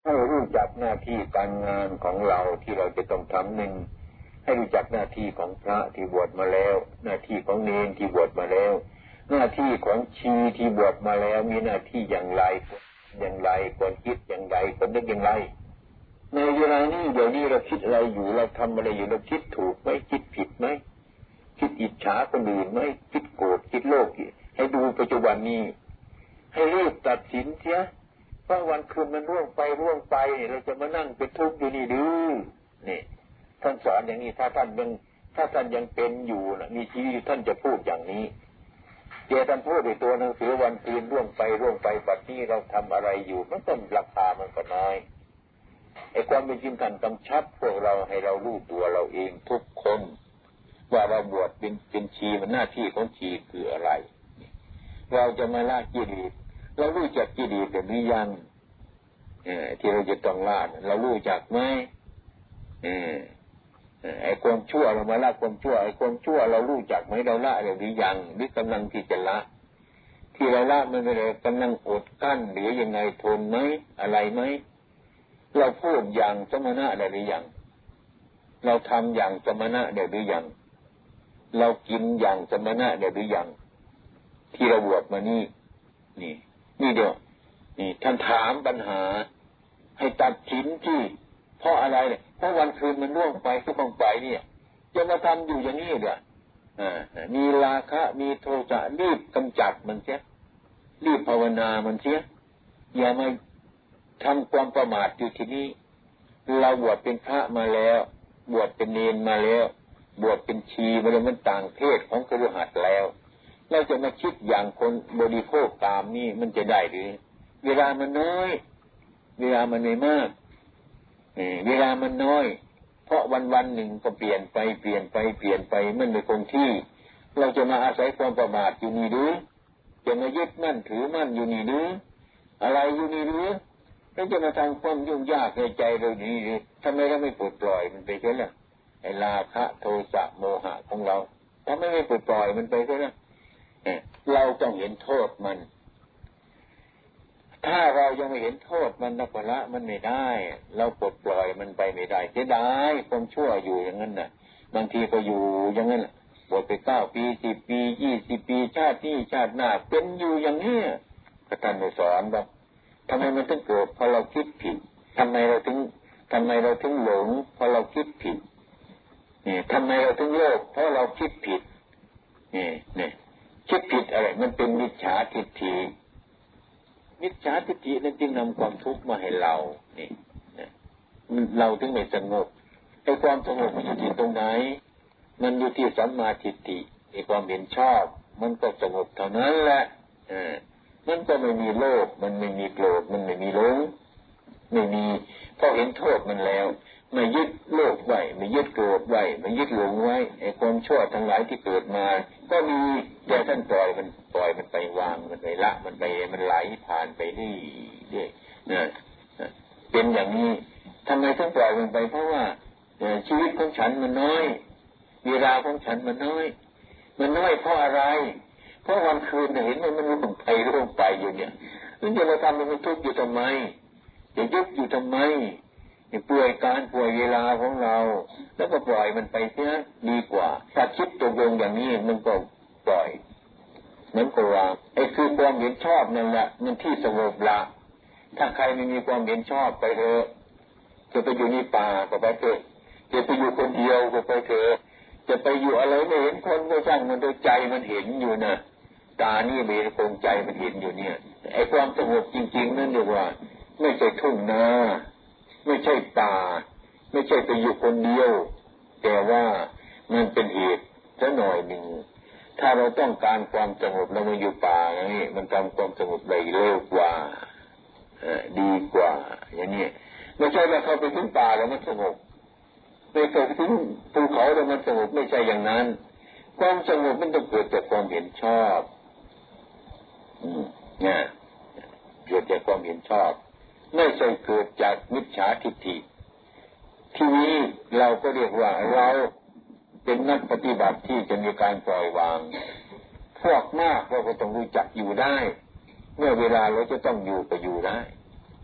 ให้รู้จักหน้าที่การงานของเราที่เราจะต้องทำหนึ่งให้รู้จักหน้าที่ของพระที่บวชมาแล้วหน้าที่ของเณรที่บวชมาแล้วหน้าที่ของชีที่บวชมาแล้วมีหน้าที่อย่างไรควรคิดอย่างไรควรนึกอย่างไรในเวลานี้เดี๋ยวนี้เราคิดอะไรอยู่เราทำอะไรอยู่เราคิดถูกไหมคิดผิดไหมคิดอิจฉาคนอื่นไหมคิดโกรธคิดโลภให้ดูปัจจุบันนี้ให้รีบตัดสินเสียเพราะวันคืนมันล่วงไปเราจะมานั่งเป็นทุกข์อยู่นี่ดื้อนี่ท่านสอนอย่างนี้ถ้าท่านยังเป็นอยู่นะมีชีวิตท่านจะพูดอย่างนี้ท่านพูดในตัวหนังสือวันคืนล่วงไปบัดนี้เราทำอะไรอยู่มันก็ราคามันก็น้อยไอ้ความเป็นจริงท่านกำชับพวกเราให้เรารู้ตัวเราเองทุกคนว่าเราบวชเป็นชีมันหน้าที่ของชีคืออะไรเราจะมาละกิเลสเรารู้จักกิเลสหรือยังที่เราจะต้องละเรารู้จักไหมไอ้ความชั่วเรามาละความชั่วไอ้ความชั่วเรารู้จักไหมเราละหรือยังหรือกำลังที่จะละที่เราละมันเป็นกำลังอดกั้นหรือยังไงทนไหมอะไรไหมเราพูดอย่างสมณะได้หรือยังเราทำอย่างสมณะได้หรือยังเรากินอย่างสมณะได้หรือยังที่เราบวชมานี่เดียวนี่ท่านถามปัญหาให้ตัดสินที่เพราะอะไรเนี่ยเพราะวันคืนมันล่วงไปทุกองไปเนี่ยจะมาทำอยู่อย่างนี้เด้อมีราคะมีโทสะรีบกำจัดมันเสียรีบภาวนามันเสียอย่ามาทำความประมาทอยู่ที่นี่เราบวชเป็นพระมาแล้วบวชเป็นเณรมาแล้วบวชเป็นชีมาแล้วมันต่างเพศของคฤหัสถ์แล้วเราจะมาคิดอย่างคนบริโภคตามนี่มันจะได้หรือเวลามันน้อยเวลามันไม่มากเวลามันน้อยเพราะวันหนึ่งก็เปลี่ยนไปมันไม่คงที่เราจะมาอาศัยความประมาทอยู่นี่หรือจะมายึดมั่นถือมั่นอยู่นี่หรืออะไรอยู่นี่หรือเราจะมาทำความยุ่งยากในใจเราดีหรือทำไมเราไม่ปลดปล่อยมันไปเสียล่ะไอ้ราคะโทสะโมหะของเราทำไมไม่ปลดปล่อยมันไปเสียล่ะเราต้องเห็นโทษมันถ้าเรายังไม่เห็นโทษมันนักละมันไม่ได้เราปลดปล่อยมันไปไม่ได้เสียดายความชั่วอยู่อย่างนั้นน่ะบางทีก็อยู่อย่างนั้นบวชไป9 ปี10 ปี20 ปีชาตินี้ชาติหน้าเป็นอยู่อย่างนี้พระท่านได้สอนว่าทำไมมันถึงเกิดเพราะเราคิดผิดทำไมเราถึงหลงเพราะเราคิดผิดทำไมเราถึงโลภเพราะเราคิดผิดคิดผิดอะไรมันเป็นมิจฉาทิฏฐินั้นจึงนำความทุกข์มาให้เราเราถึงไม่สงบไอ้ความสงบมันอยู่ที่ตรงไหนมันอยู่ที่สัมมาทิฏฐิไอ้ความเห็นชอบมันก็สงบเท่านั้นแหละมันก็ไม่มีโลภมันไม่มีโกรธมันไม่มีหลงไม่มีเพราะเห็นโทษมันแล้วไม่ยึดโลภไว้ไม่ยึดโกรธไว้ไม่ยึดหลงไว้ไอ้ความชั่วทั้งหลายที่เกิดมาก็มีแต่ท่านปล่อยมันไปวางมันไปละมันไปมันไหลผ่านไปเรื่อยๆเป็นอย่างนี้ทำไมต้องปล่อยมันไปเพราะว่าชีวิตของฉันมันน้อยเวลาของฉันมันน้อยเพราะอะไรเพราะวันคืนเห็นมันล่วงไปอยู่เนี่ยมันจะมาทำมันทุกข์อยู่ทำไมจะยึดอยู่ทำไมป่วยการป่วยเวลาของเราแล้วก็ปล่อยมันไปเสียดีกว่าถ้าคิดตกลงอย่างนี้มันก็ปล่อยมันก็วางไอ้คือความเห็นชอบนั่นแหละมันที่สงบละถ้าใครไม่มีความเห็นชอบไปเถอะจะไปอยู่ในป่าก็ไปเถอะจะไปอยู่คนเดียวก็ไปเถอะจะไปอยู่อะไรไม่เห็นคนก็ช่างมันโดยใจมันเห็นอยู่นะตานี่เบลคงใจมันเห็นอยู่เนี่ยไอ้ความสงบจริงๆนั่นเรียกว่าไม่ใช่ทุ่งนาไม่ใช่ป่าไม่ใช่ไปอยู่คนเดียวแต่ว่ามันเป็นเหตุซะหน่อยหนึ่งถ้าเราต้องการความสงบเรามาอยู่ป่าอย่างนี้มันทำความสงบได้เร็วกว่าดีกว่าอย่างนี้ไม่ใช่ว่าเขาไปถึงป่าแล้วมันสงบไปเกิดถึงภูเขาแล้วมันสงบไม่ใช่อย่างนั้นความสงบมันต้องเกิดจากความเห็นชอบเกิดจากความเห็นชอบไม่ใช่เกิดจากมิจฉาทิฏฐิทีนี้เราก็เรียกว่าเราเป็นนักปฏิบัติที่จะมีการปล่อยวางพวกมากเราก็ต้องรู้จักอยู่ได้เมื่อเวลาเราจะต้องอยู่ก็อยู่ได้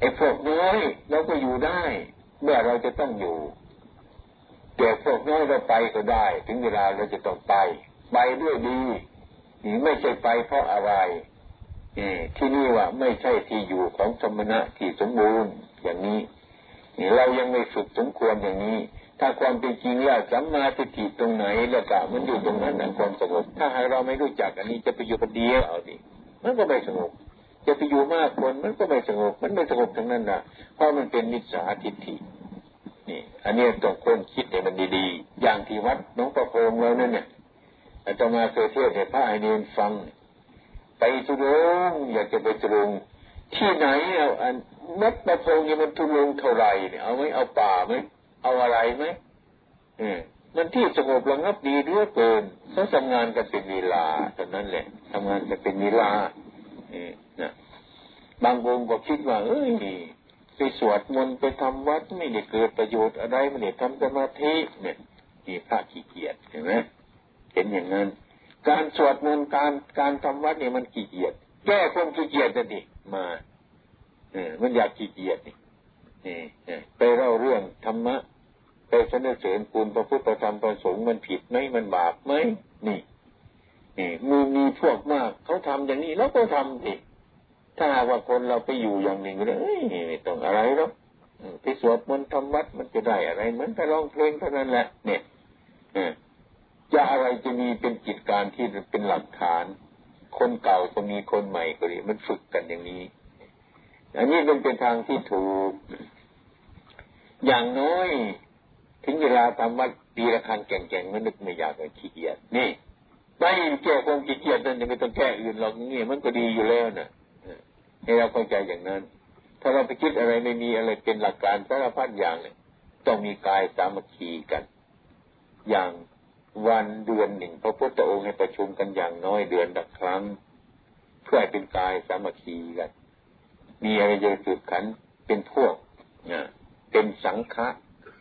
ไอ้พวกน้อยเราก็อยู่ได้เมื่อเราจะต้องอยู่แต่พวกน้อยเราไปก็ได้ถึงเวลาเราจะต้องไปด้วยดีนี่ไม่ใช่ไปเพราะอะไรที่นี่ว่าไม่ใช่ที่อยู่ของสมณะที่สมบูรณ์อย่างนี้นี่เรายังไม่ฝึกสมควรอย่างนี้ถ้าความเป็นจริงแล้วสัมมาทิฏฐิตรงไหนแล้วก็มันอยู่ตรงนั้นความสงบถ้าหากเราไม่รู้จักอันนี้จะไปอยู่คนเดียวเอาดิมันก็ไม่สงบจะไปอยู่มากคนมันก็ไม่สงบมันไม่สงบทั้งนั้นนะเพราะมันเป็นมิจฉาทิฏฐินี่อันนี้ต้องคนคิดให้มันดีๆอย่างที่วัดหนองประโพงเราเนี่ยอาตมาเคยเทศน์ให้พระให้เนรฟังไปทุดงอยากจะไปทุดงที่ไหนเอาอันวัดประโพงนี่มันทุดงเท่าไหร่เนี่ยเอาไหมเอาป่าไหมเอาอะไรไหมมันที่สงบระงับดีเหลือเกินเขาทำงานกันเป็นเวลาเท่านั้นแหละทำงานกันเป็นเวลานะบางองค์ก็คิดว่าไปสวดมนต์ไปทำวัดไม่ได้เกิดประโยชน์อะไรไม่ได้ทำสมาธิเนี่ยนี่พระขี้เกียจเห็นไหมเห็นอย่างนั้นการสวดมนต์การทำวัดเนี่ยมันขี้เกียจแก้ความขี้เกียจจะดิมามันอยากขี้เกียจนี่ไปเล่าเรื่องธรรมะไปสนเสริญคุณพระพุทธธรรมประสงค์มันผิดไหมมันบาปไหมนี่มีพวกมากเขาทำอย่างนี้เราก็ทำสิถ้าว่าคนเราไปอยู่อย่างหนึ่งเลยไม่ต้องอะไรหรอกไปสวดมนต์ทำวัดมันจะได้อะไรเหมือนไปร้องเพลงเท่านั้นแหละเนี่ยจะอะไรจะมีเป็นกิจการที่เป็นหลักฐานคนเก่าก็มีคนใหม่ก็ดีมันฝึกกันอย่างนี้อันนี้เป็นทางที่ถูกอย่างน้อยถึงเวลาทำวัดปีละครั้งแก่งๆมันนึกไม่อยากขี้เกียจนี่ไม่แก้ความขี้เกียจนั่นจะไม่ต้องแก้อื่นหรอกนี่มันก็ดีอยู่แล้วนะให้เราเข้าใจอย่างนั้นถ้าเราไปคิดอะไรไม่มีอะไรเป็นหลักการสารพัดอย่างเนี่ยต้องมีกายสามัคคีกันอย่างวันเดือนหนึ่งพระพุทธองค์ให้ประชุมกันอย่างน้อยเดือนละครั้งเพื่อให้เป็นกายสามัคคีกันมีอะไรจะสืบขันเป็นพวกเป็นสังฆะ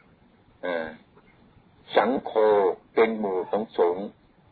สังโฆเป็นหมู่ของสงฆ์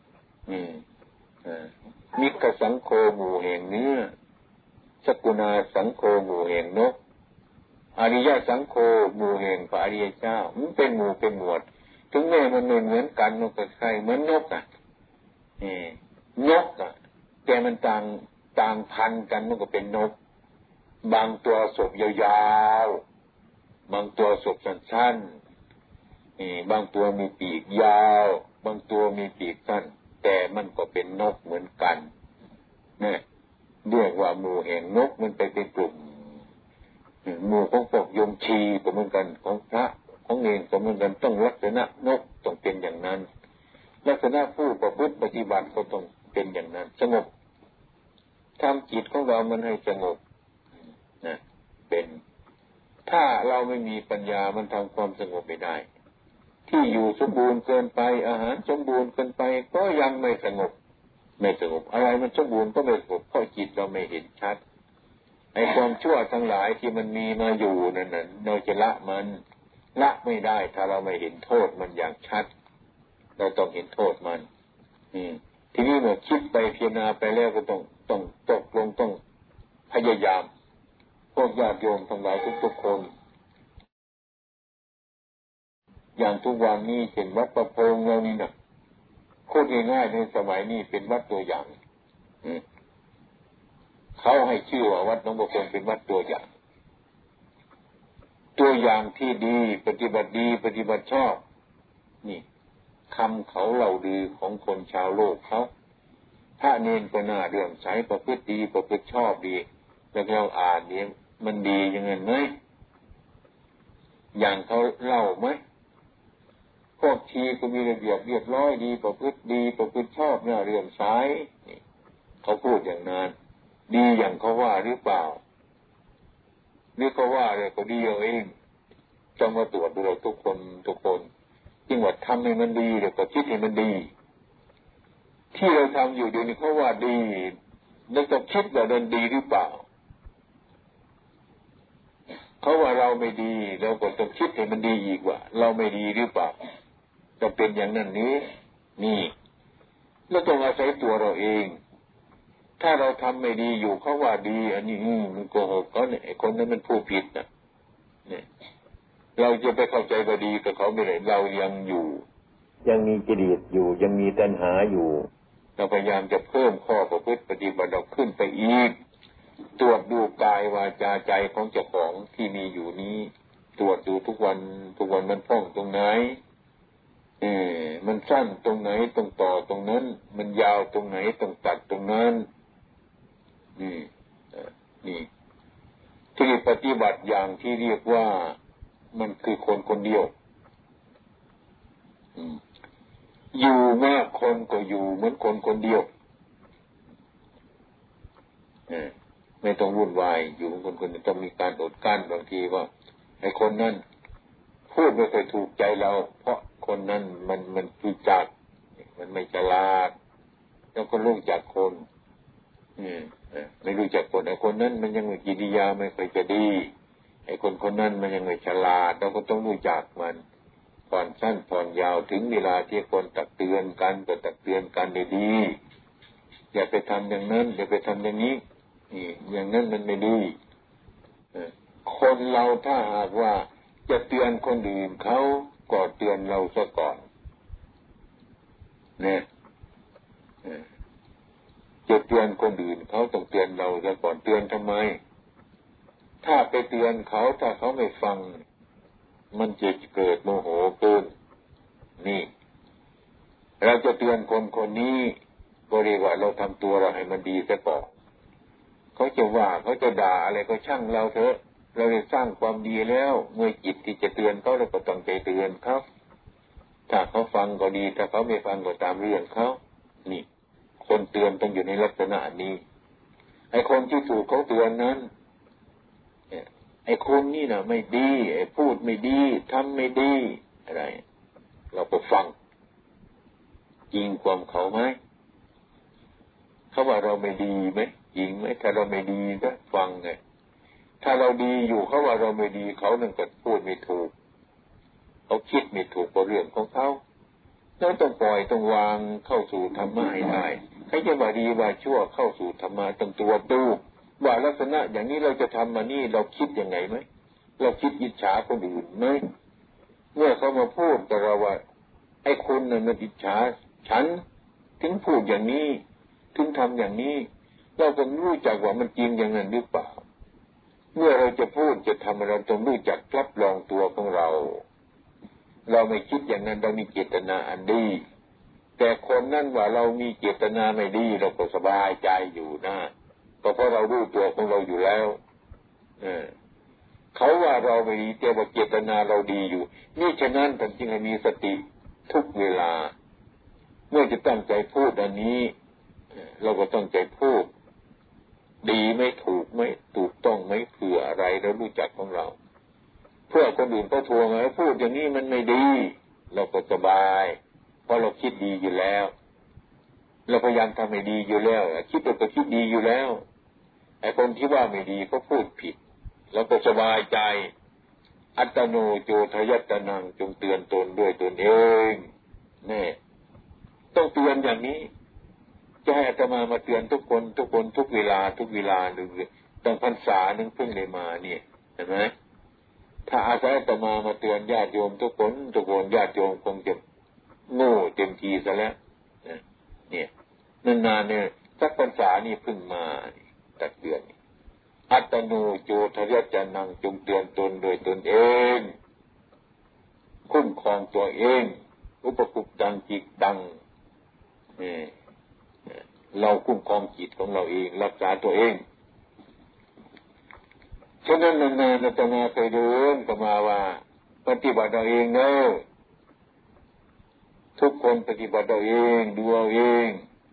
มิกสังโฆหมู่แห่งเนื้อสกุณาสังโฆหมู่แห่งนกอริยสังโฆหมู่แห่งพระอริยเจ้ามันเป็นหมู่เป็นหมวดถึงแม้มันไม่เหมือนกันนกกับใครเหมือนนกนกแต่มันต่างพันกันมันก็เป็นนกบางตัวศพยาวๆบางตัวศพสั้นๆบางตัวมีปีกยาวบางตัวมีปีกสั้นแต่มันก็เป็นนกเหมือนกันเนี่ยเรียกว่าหมู่แห่งนกมันไปเป็นกลุ่มหมู่ของพวกโยมชีก็เหมือนกันของพระของเนรก็เหมือนกันต้องลักษณะนกต้องเป็นอย่างนั้นลักษณะผู้ประพฤติปฏิบัติก็ต้องเป็นอย่างนั้นสงบทำจิตของเรามันให้สงบนะเป็นถ้าเราไม่มีปัญญามันทำความสงบไม่ได้ที่อยู่สมบูรณ์เกินไปอาหารสมบูรณ์เกินไปก็ยังไม่สงบอะไรมันสมบูรณ์ก็ไม่สงบเพราะจิตเราไม่เห็นชัดไอ้ความชั่วทั้งหลายที่มันมีมาอยู่นั่นเราจะละมันละไม่ได้ถ้าเราไม่เห็นโทษมันอย่างชัดเราต้องเห็นโทษมันทีนี้เมื่อคิดไปพิจารณาไปแล้วก็ต้องตกลงต้องพยายามพวกญาติโยมทั้งหลายทุกๆคนอย่างทุกวันนี้เห็นวัดประโพงเรานี่นะโคตรง่ายในสมัยนี้เป็นวัดตัวอย่างเขาให้ชื่อว่าวัดหนองประโพงเป็นวัดตัวอย่างที่ดีปฏิบัติดีปฏิบัติชอบนี่คำเขาเล่าดีของคนชาวโลกเขาพระเนรก็น่าเลื่อมใสประพฤติดีประพฤติชอบดีแล้วเราอ่านเนี่ยมันดีอย่างนั้นไหมอย่างเขาเล่าไหมพวกชีก็มีระเบียบเรียบร้อยดีประพฤติดีประพฤติชอบน่าเลื่อมใสเขาพูดอย่างนั้นดีอย่างเขาว่าหรือเปล่าหรือเขาว่าอะไรก็ดีเอาเองจงมาตรวจดูเราทุกคนจริงว่าทำให้มันดีเดี๋ยวก็คิดให้มันดีที่เราทำอยู่เดี๋ยวนี้เขาว่าดีแล้วก็คิดว่ามันดีหรือเปล่าเขาว่าเราไม่ดีเราก็ต้องคิดให้มันดีอีกว่าเราไม่ดีหรือเปล่าจะเป็นอย่างนั้นนี้นี่แล้วต้องอาศัยตัวเราเองถ้าเราทำไม่ดีอยู่เขาว่าดีอันนี้มันโกหกเขาเนี่ยไอ้คนนั้นมันผู้ผิดนะเนี่ยเราจะไปเข้าใจว่าดีกับเขาไม่ได้เรายังอยู่ยังมีกิเลสอยู่ยังมีตัณหาอยู่เราพยายามจะเพิ่มข้อประพฤติปฏิบัติเราขึ้นไปอีกตรวจดูกายวาจาใจของเจ้าของที่มีอยู่นี้ตรวจดูทุกวันมันพร่องตรงไหนมันสั้นตรงไหนตรงต่อตรงนั้นมันยาวตรงไหนตรงตัดตรงนั้นนี่ที่ปฏิบัติอย่างที่เรียกว่ามันคือคนคนเดียวอยู่มากคนก็อยู่เหมือนคนคนเดียวไม่ต้องวุ่นวายอยู่คนคนต้องมีการอดกั้นบางทีว่าไอ้คนนั้นพูดไม่เคยถูกใจเราเพราะคนนั้นมันรู้จักมันไม่ฉลาดแล้วก็รู้จักคนไม่รู้จักคนไอ้คนนั้นมันยังกิริยาไม่ค่อยจะดีไอ้คนนั้นมันยังไม่ฉลาดเราก็ต้องรู้จักมันผ่อนสั้นผ่อนยาวถึงเวลาที่คนตักเตือนกันก็ตักเตือนกันดีๆอย่าไปทำอย่างนั้นอย่าไปทำอย่างนี้อย่างนั้นมันไม่ดีคนเราถ้าหากว่าจะเตือนคนอื่นเขาก็เตือนเราซะก่อนเนี่ยจะเตือนคนอื่นเขาต้องเตือนเราซะก่อนเตือนทำไมถ้าไปเตือนเขาถ้าเขาไม่ฟังมันจะเกิดโมโหเกินนี่เราจะเตือนคนคนนี้ก็เรียกว่าเราทำตัวเราให้มันดีซะก่อนเขาจะว่าเขาจะด่าอะไรก็ช่างเราเถอะเราได้สร้างความดีแล้วเมื่อจิตที่จะเตือนเขาเราก็ต้องใจเตือนเขาถ้าเขาฟังก็ดีถ้าเขาไม่ฟังก็ตามเรื่องเขานี่คนเตือนต้องอยู่ในลักษณะนี้ไอ้คนที่ถูกเขาเตือนนั้นไอ้คนนี่น่ะไม่ดีไอ้พูดไม่ดีทำไม่ดีอะไรเราก็ฟังจริงความเขาไหมเขาว่าเราไม่ดีไหมจริงไหมถ้าเราไม่ดีก็ฟังไงถ้าเราดีอยู่เขาว่าเราไม่ดีเขานั่นก็พูดไม่ถูกเขาคิดไม่ถูกกับเรื่องของเขาเราต้องปล่อยต้องวางเข้าสู่ธรรมะให้ได้ใครจะว่าดีว่าชั่วเข้าสู่ธรรมะต้องตัวดูว่าลักษณะอย่างนี้เราจะทำมานี่เราคิดยังไงไหมเราคิดอิจฉาคนอื่นไหมเมื่อเขามาพูดกับเราว่าไอ้คนนั้นมันอิจฉาฉันถึงพูดอย่างนี้ถึงทำอย่างนี้เราต้องรู้จักว่ามันจริงอย่างนั้นหรือเปล่าเมื่อเราจะพูดจะทำเราต้องรู้จักรับรองตัวของเราเราไม่คิดอย่างนั้นเรามีเจตนาอันดีแต่คนนั่นว่าเรามีเจตนาไม่ดีเราก็สบายใจอยู่นะก็เพราะเรารู้ตัวของเราอยู่แล้วเขาว่าเราไม่ดีแต่ว่าเจตนาเราดีอยู่นี่ฉะนั้นท่านจึงให้มีสติทุกเวลาเมื่อจะตั้งใจพูดอันนี้เราก็ต้องใจพูดดีไม่ถูกไม่ถูกต้องไม่เผื่ออะไรเรารู้จักของเราเพื่อคนอื่นก็ทวงไงพูดอย่างนี้มันไม่ดีเราก็สบายเพราะเราคิดดีอยู่แล้วเราพยายามทำให้ดีอยู่แล้วคิดก็คิดดีอยู่แล้วไอ้คนที่ว่าไม่ดีก็พูดผิดเราก็สบายใจอัตโนโจทยัตนังจงเตือนตนด้วยตนเองนี่ต้องเตือนอย่างนี้จะให้อาตมาเตือนทุกคนทุกเวลาหรือตั้งพรรษานึงเพิ่งได้มาเนี่ยเห็นไหมถ้าอาศัยอาตมาเตือนญาติโยมทุกคนญาติโยมคงจะโง่เต็มทีซะแล้วเนี่ยนานๆเนี่ยสักพรรษานี่เพิ่งมาตัดเดือนอัตโนโจทยัจนังจงเตือนตนโดยตนเองคุ้มครองตัวเองอุปคุปตังจิตตังเราคุ้มครองจิตของเราเองรักษาตัวเองฉะนั้นนานๆอาตมาเคยเดินก็มาว่าปฏิบัติเราเองเนอะทุกคนปฏิบัติเราเองดูเอาเอง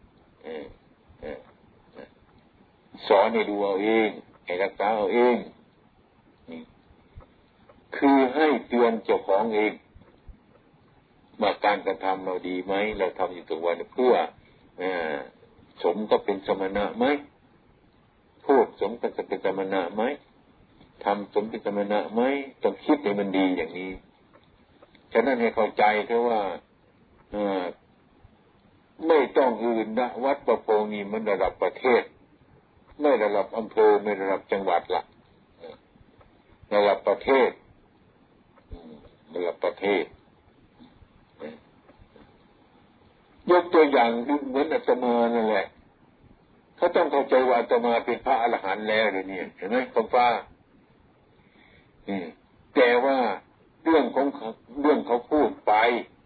สอนให้ดูเอาเองให้รักษาเอาเองนี่คือให้เตือนเจ้าของเองว่าการกระทำเราดีไหมเราทำอยู่ทุกวันเพื่อสมก็เป็นสมณะไหมพูดสมก็เป็นสมณะไหมทำสมเป็นสมณะไหมต้องคิดให้มันดีอย่างนี้ฉะนั้นให้เข้าใจแค่ว่าไม่ต้องอื่นนะวัดประโปงนี่มันระดับประเทศไม่ระดับอำเภอไม่ระดับจังหวัดละระดับประเทศระดับประเทศยกตัวอย่างเหมือนอาตมานั่นแหละเขาต้องเข้าใจว่าอาตมาเป็นพระอรหันต์แล้วเนี่ยเห็นไหมคุณป้าแต่ว่าเรื่องเขาพูดไป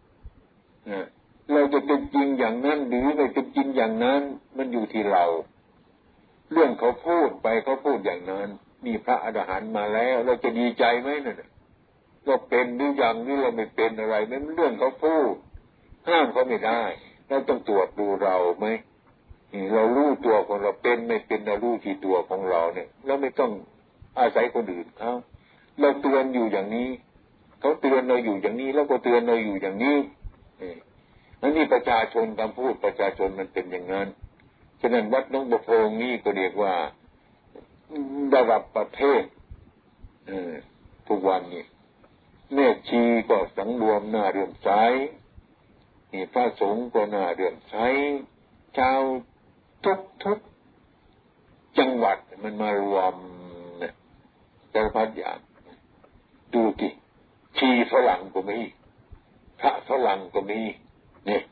เราจะเป็นจริงอย่างนั้นหรือไม่เป็นจริงอย่างนั้นมันอยู่ที่เราเรื่องเขาพูดไปเขาพูดอย่างนั้นมีพระอรหันต์มาแล้วเราจะดีใจไหมนั่นเราเป็นหรือยังหรือเราไม่เป็นอะไรนั่นเรื่องเขาพูดห้ามเขาไม่ได้เราต้องตรวจดูเราไหมเรารู้ตัวของเราเป็นไม่เป็นเรารู้ที่ตัวของเราเนี่ยเราไม่ต้องอาศัยคนอื่นเขาเราเตือนอยู่อย่างนี้เขาเตือนเราอยู่อย่างนี้แล้วก็เตือนเราอยู่อย่างนี้นี่ประชาชนคำพูดประชาชนมันเป็นอย่างนั้นฉะนั้นวัดหนองบัวโพงนี่ก็เรียกว่าระดับประเทศทุกวันนี้แม่ชีก็สังรวมหน้าเรื่อมใสนี่พระสงฆ์ก็หน้าเรื่อมใสชาวทุกจังหวัดมันมารวมเนี่ยสารพัดอย่างดูดิชีฝรั่งก็มีพระฝรั่งก็มีนี่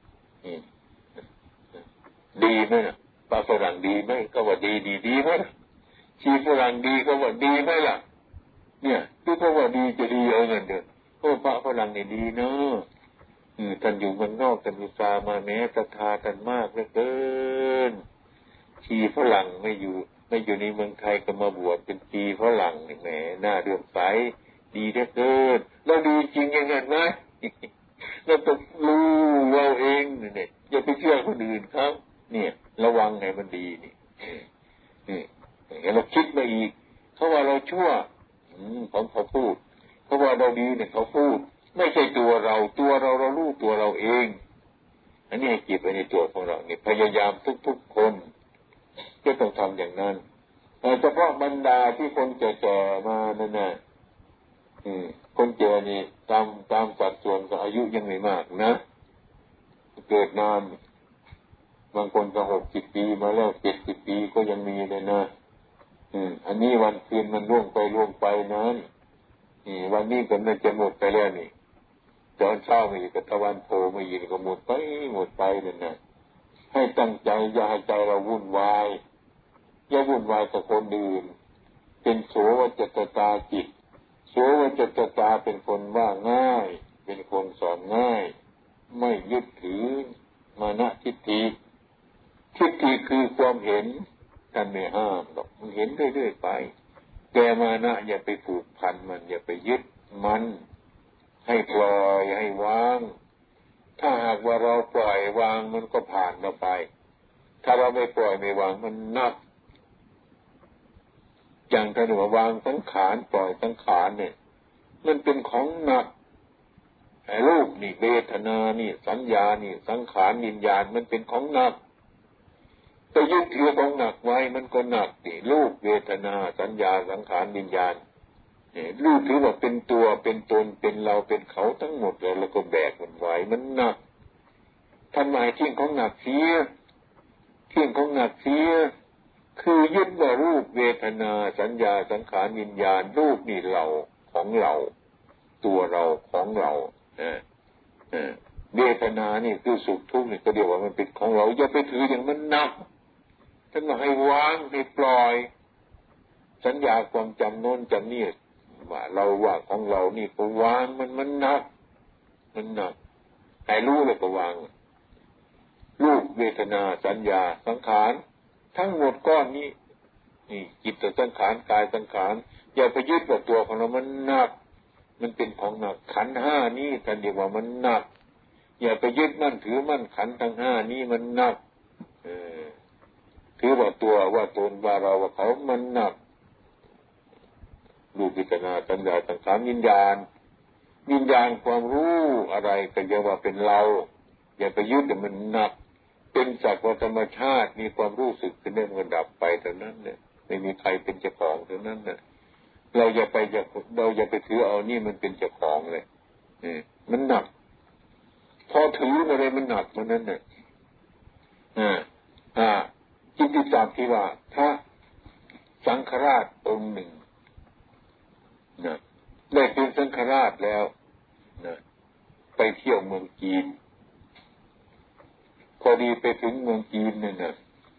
ดีไหมนะพระฝรั่งดีไหมก็ว่าดีไหมชีฝรั่งดีก็ว่าดีไหมล่ะเนี่ยที่เขาว่าดีจะดีเอาเงินเดือนเพราะพระฝรั่งนี่ดีเนาะท่านอยู่เมืองนอกท่านอุตส่าห์มาแม้ศรัทธาท่านมากเหลือเกินชีฝรั่งไม่อยู่ในเมืองไทยก็มาบวชเป็นชีฝรั่งนี่แหมหน้าเลื่อมใสดีเหลือเกินแล้วดีจริงอย่างนั้นไหมเราต้องรู้เราเองเนี่ยอย่าไปเชื่อคนอื่นเขาเนี่ยระวังให้มันดีนี่เราคิดมาอีกเขาว่าเราชั่วเขาพูดเขาว่าเราดีเนี่ยเขาพูดไม่ใช่ตัวเราเรารู้ตัวเราเองอันนี้ให้จิตไว้ในตัวของเราเนี่ยพยายามทุกๆคนก็ต้องทำอย่างนั้นเฉพาะบรรดาที่คนแก่ๆมานั่นน่ะคนแก่นี่ตามสัดส่วนก็อายุยังไม่มากนะเกิดนานบางคนก็60 ปีมาแล้ว70 ปีก็ยังมีเลยนะอันนี้วันคืนมันล่วงไปนั้นวันนี้ก็น่าจะหมดไปแล้วนี่ตอนเช้ามาอีกตะวันโผล่มาอีกก็หมดไปนั่นนะให้ตั้งใจอย่าให้ใจเราวุ่นวายอย่าวุ่นวายกับคนอื่นเป็นโสวจัตตาจิตโสวจัตตาเป็นคนว่าง่ายเป็นคนสอนง่ายไม่ยึดถือมานะทิฏฐิคือความเห็นท่านไม่ห้ามหรอกมันเห็นเรื่อยๆไปแต่มานะอย่าไปผูกพันมันอย่าไปยึดมันให้ปล่อยให้วางถ้าหากว่าเราปล่อยวางมันก็ผ่านมาไปถ้าเราไม่ปล่อยไม่วางมันหนักอย่างถ้าเราวางสังขารปล่อยสังขารเนี่ยมันเป็นของหนักไอ้รูปนี่เวทนานี่สัญญานี่สังขารวิญญาณมันเป็นของหนักไปยึดถือของหนักไว้มันก็หนักดิรูปเวทนาสัญญาสังขารวิญญาณรูปถือว่าเป็นตัวเป็นตนเป็นเราเป็นเขาทั้งหมดแล้วก็แบกมันไว้มันหนักทำไมทิ้งของหนักเสียคือยึดว่ารูปเวทนาสัญญาสังขารวิญญาณรูปนี่เราของเราตัวเราของเราเวทนานี่คือสุขทุกข์นี่ก็เรียกว่ามันเป็นของเราอย่าไปถืออย่างมันหนักท่านบอกให้วางให้ปล่อยสัญญาความจำโน้นจำนี่ว่าเราว่าของเรานี่ก็วางมันหนักให้รู้แล้วก็วางรูปเวทนาสัญญาสังขารทั้งหมดก้อนนี้นี่จิตสังขารกายสังขารอย่าไปยึดว่าตัวของเรามันหนักมันเป็นของหนักขันธ์ห้านี้ท่านเรียกว่ามันหนักอย่าไปยึดมั่นถือมั่นขันธ์ทั้งห้านี้มันหนักถือว่าตัวว่าตนว่าเราว่าเขามันหนักรูปเวทนาสัญญาสังขารวิญญาณความรู้อะไรก็อย่าว่าเป็นเราอย่าไปยึดแต่มันหนักเป็นสักว่าธรรมชาติมีความรู้สึกขึ้นได้มันดับไปเท่านั้นเนี่ยไม่มีใครเป็นเจ้าของเท่านั้นน่ะเราอย่าไปถือเอานี่มันเป็นเจ้าของเลยมันหนักพอถืออะไรมันหนักมันนั้นน่ะกิตติศัพท์ที่ว่าพระสังฆราชองค์หนึ่งนะได้เป็นสังฆราชแล้วนะไปเที่ยวเมืองจีนพอดีไปถึงเมืองจีนเนี่ยนะ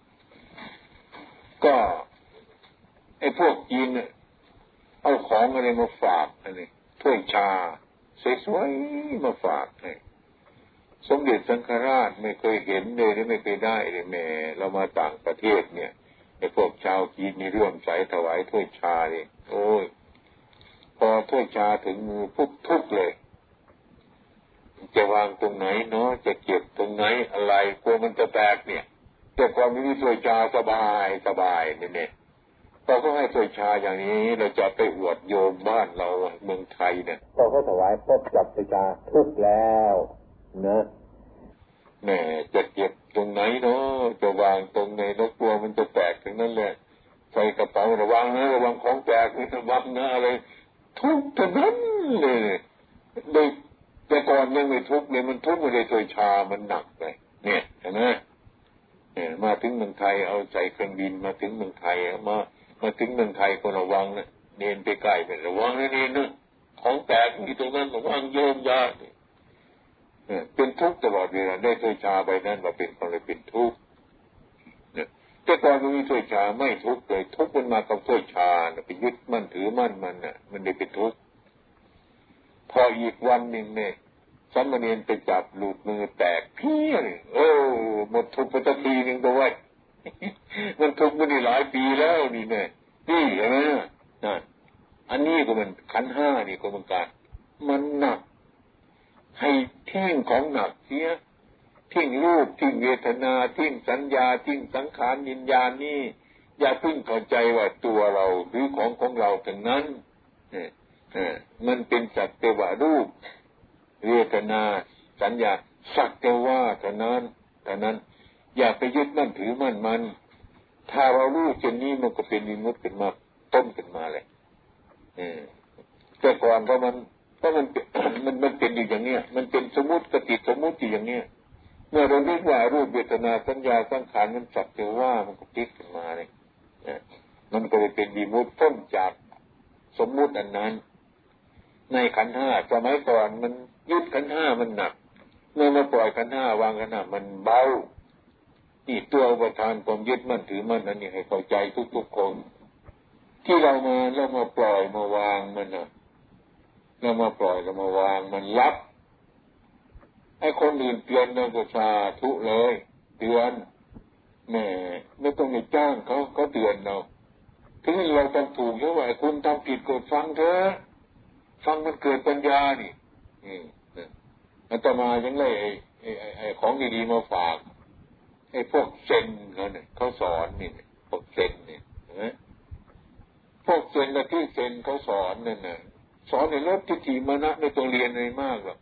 ก็ไอ้พวกจีนเนี่ยเอาของอะไรมาฝากอะไรถ้วยชาสวยๆมาฝากให้สมเด็จสังฆราชไม่เคยเห็นเลยไม่เคยได้เลยแม่เรามาต่างประเทศเนี่ยไอ้พวกชาวจีนนี่ร่วมใส่ถวายถ้วยชาเลยโอ้ยพอถ้วยชาถึงมือปุ๊บทุกเลยจะวางตรงไหนเนาะจะเก็บตรงไหนอะไรกลัวมันจะแตกเนี่ยแต่ความมีถ้วยชาสบายเนี่ยเราก็ให้ถ้วยชาอย่างนี้เราจะไปอวดโยมบ้านเราเมืองไทยเนี่ยพอเขาถวายปุ๊บจับถ้วยชาทุกแล้วนะแม่จะเก็บตรงไหนเนาะจะวางตรงไหนเนาะกลัวมันจะแตกถึงนั้นแหละใส่กระเป๋าระวังนะระวังของแตกนี่ระวังนะอะไรทุกทั้งนั้นเลยโดยแต่ก่อนยังไม่ทุกเลยมันทุกไม่ได้ถ้วยชามันหนักเลยเนี่ยเห็นไหมมาถึงเมืองไทยเอาใส่เครื่องบินมาถึงเมืองไทยมาถึงเมืองไทยก็ระวังนะเน้นไปใกล้ไประวังนะเน้นนะของแตกมีตรงนั้นระวังโยมยาเป็นทุกข์ตลอดเวลาได้ถ้วยชาไปนั้นมาเป็นอะไรเป็นทุกข์แต่ก่อนมันมีถ้วยชาไม่ทุกข์เลยทุกข์มันมากับถ้วยชาไปยึดมั่นถือมั่นมันน่ะมันได้เป็นทุกข์พออีกวันหนึ่งเนี่ยสามเณรไปจับหลุดมือแตกเพี้ยนหมดทุกข์ไปสักทีหนึ่งตัวไว้มันทุกข์มาได้หลายปีแล้วนี่แน่นี่เห็นไหมนั่นอันนี้ก็มันขันธ์ห้านี่ก็เหมือนกันมันหนักให้ทิ้งของหนักเสียทิ้งรูปทิ้งเวทนาทิ้งสัญญาทิ้งสังขารวิญญาณนี่อย่าเพิ่งเข้าใจว่าตัวเราหรือของเราถึงนั้นมันเป็นสักแต่ว่ารูปเวทนาสัญญาสักแต่ว่าเท่านั้นอย่าไปยึดมั่นถือมั่นมันถ้าเรารู้เช่นนี้มันก็เป็นวิมุตติขึ้นมาต้นขึ้นมาเลยแต่ก่อนก็มันเป็นอยู่อย่างเนี้ยมันเป็นสมมุติกติสมมุติอย่างเนี้ยเมื่อเราคิดว่ารูปเวทนาสัญญาสังขารมันสักแต่ว่ามันก็ติดขึ้นมาเลยมันก็เลยเป็นวิมุตติพ้นจากสมมุติอันนั้นในขันธ์ห้าสมัยก่อนมันยึดขันธ์ห้ามันหนักเมื่อมาปล่อยขันธ์ห้าวางขันธ์ห้ามันเบานี่ตัวอุปทานความยึดมั่นถือมั่นอันนี้ให้เข้าใจทุกๆคนที่เรามาปล่อยมาวางมันน่ะเรามาปล่อยเรามาวางมันรับให้คนอื่นเตือนเราก็สาธุเลยเตือนแหมไม่ต้องไปจ้างเขาเตือนเราถึงเราทำถูกใช่ไหมคุณทำผิดกดฟังเถอะฟังมันเกิดปัญญานี่อาตมายังไงไอ้ของดีๆมาฝากไอ้พวกเซนเขาเนี่ยเขาสอนนี่พวกเซนเนี่ยพวกเซนและที่เซนเขาสอนนั่นน่ะสอนในลดทิฏฐิมานะในตัวเรียนอะไรมากหรอก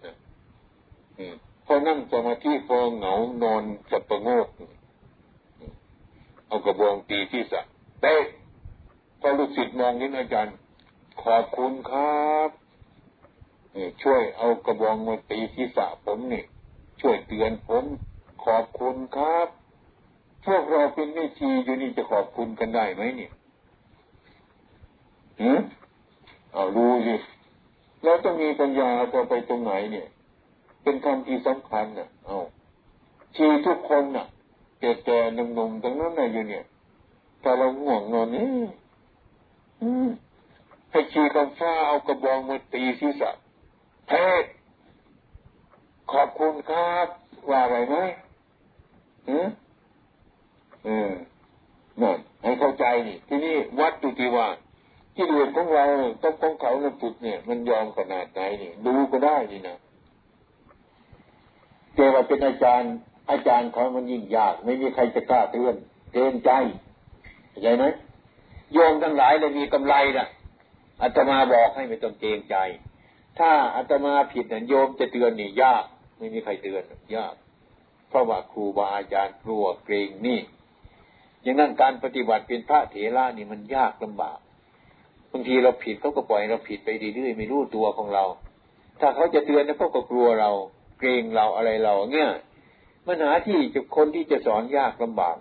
พอนั่งสมาธิพอเหงานอนสับประงกเอากระบองตีที่สะเต้พอลูกศิษย์มองนี่อาจารย์ขอบคุณครับช่วยเอากระบองมาตีที่สะผมนี่ช่วยเตือนผมขอบคุณครับพวกเราเป็นแม่ชีอยู่นี่จะขอบคุณกันได้ไหมเนี่ยเอาดูสิเราต้องมีปัญญาจะไปตรงไหนเนี่ยเป็นคำที่สำคัญน่ะชีทุกคนน่ะแก่ๆหนุ่มๆทั้งนั้นน่ะอยู่เนี่ยถ้าเราง่วงนอนนี่ให้ชีกำฟ้าเอากระบองมาตีศีรษะเทศขอบคุณครับว่าอะไรไหมนั่นให้เข้าใจนี่ที่นี่วัดดูที่ว่าที่เรียนของเราต้องของเขาเราฝึกเนี่ยมันยอมขนาดไหนนี่ดูก็ได้นี่นะเจอว่าเป็นอาจารย์เขามันยิ่งยากไม่มีใครจะกล้าเตือนเกรงใจเข้าใจไหมโยมทั้งหลายเลยมีกำไรนะอาตมาบอกให้ไม่ต้องเกรงใจถ้าอาตมาผิดเนี่ยโยมจะเตือนนี่ยากไม่มีใครเตือนยากเพราะว่าครูบาอาจารย์กลัวเกรงนี่อย่างนั้นการปฏิบัติเป็นพระเถระนี่มันยากลำบากบางทีเราผิดเขาก็ปล่อยเราผิดไปเรื่อยๆไม่รู้ตัวของเราถ้าเขาจะเตือนแล้วเขาก็กลัวเราเกรงเราอะไรเราเนี่ยปัญหาที่จะคนที่จะสอนยากลำบาก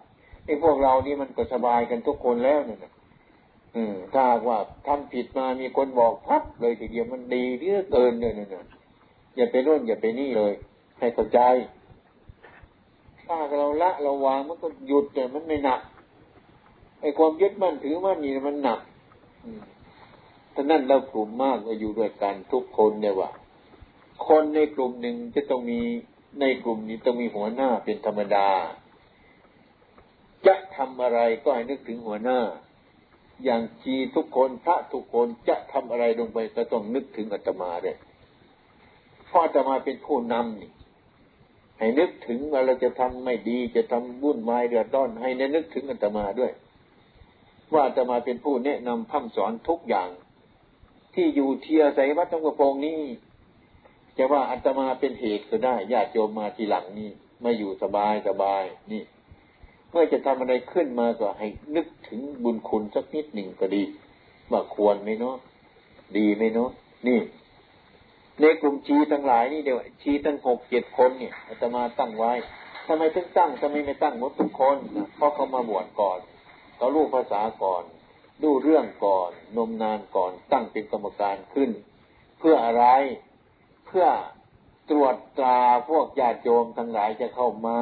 ไอ้พวกเรานี่มันก็สบายกันทุกคนแล้วเนี่ยถ้าว่าทำผิดมามีคนบอกพับเลยทีเดียวมันดีเหลือเกินเลยเนี่ยอย่าไปร่นอย่าไปนี่เลยให้เข้าใจถ้าเราละเราวางมันก็หยุดแต่มันไม่หนักไอ้ความยึดมั่นถือมั่นนี่มันหนักฉะนั้นเรากลุ่มมากเราอยู่ด้วยกันทุกคนเนี่ยว่าคนในกลุ่มหนึ่งจะต้องมีในกลุ่มนี้ต้องมีหัวหน้าเป็นธรรมดาจะทำอะไรก็ให้นึกถึงหัวหน้าอย่างชีทุกคนพระทุกคนจะทำอะไรลงไปก็ต้องนึกถึงอาตมาด้วยเพราะอาตมาเป็นผู้นำนี่ให้นึกถึงว่าเราจะทำไม่ดีจะทำวุ่นวายเดือดร้อนให้นึกถึงอาตมาด้วยว่าอาตมาเป็นผู้แนะนำพร่ำสอนทุกอย่างที่อยู่ที่อาศัยวัดหนองกระโปงนี้จะว่าอาตมาเป็นเหตุก็ได้ญาติโยมมาทีหลังนี่มาอยู่สบายนี่เมื่อจะทำอะไรขึ้นมาก็ให้นึกถึงบุญคุณสักนิดหนึ่งก็ดีว่าควรไหมเนาะดีไหมเนาะนี่ในกลุ่มชีทั้งหลายนี่เดี๋ยวชีตั้ง6-7 คนเนี่ยอาตมาตั้งไว้ทำไมถึงตั้งทำไมไม่ตั้งหมดทุกคนนะเพราะเขามาบวชก่อนเขารู้ภาษาก่อนดูเรื่องก่อนนมนานก่อนตั้งเป็นกรรมการขึ้นเพื่ออะไรเพื่อตรวจตราพวกญาติโยมทั้งหลายจะเข้ามา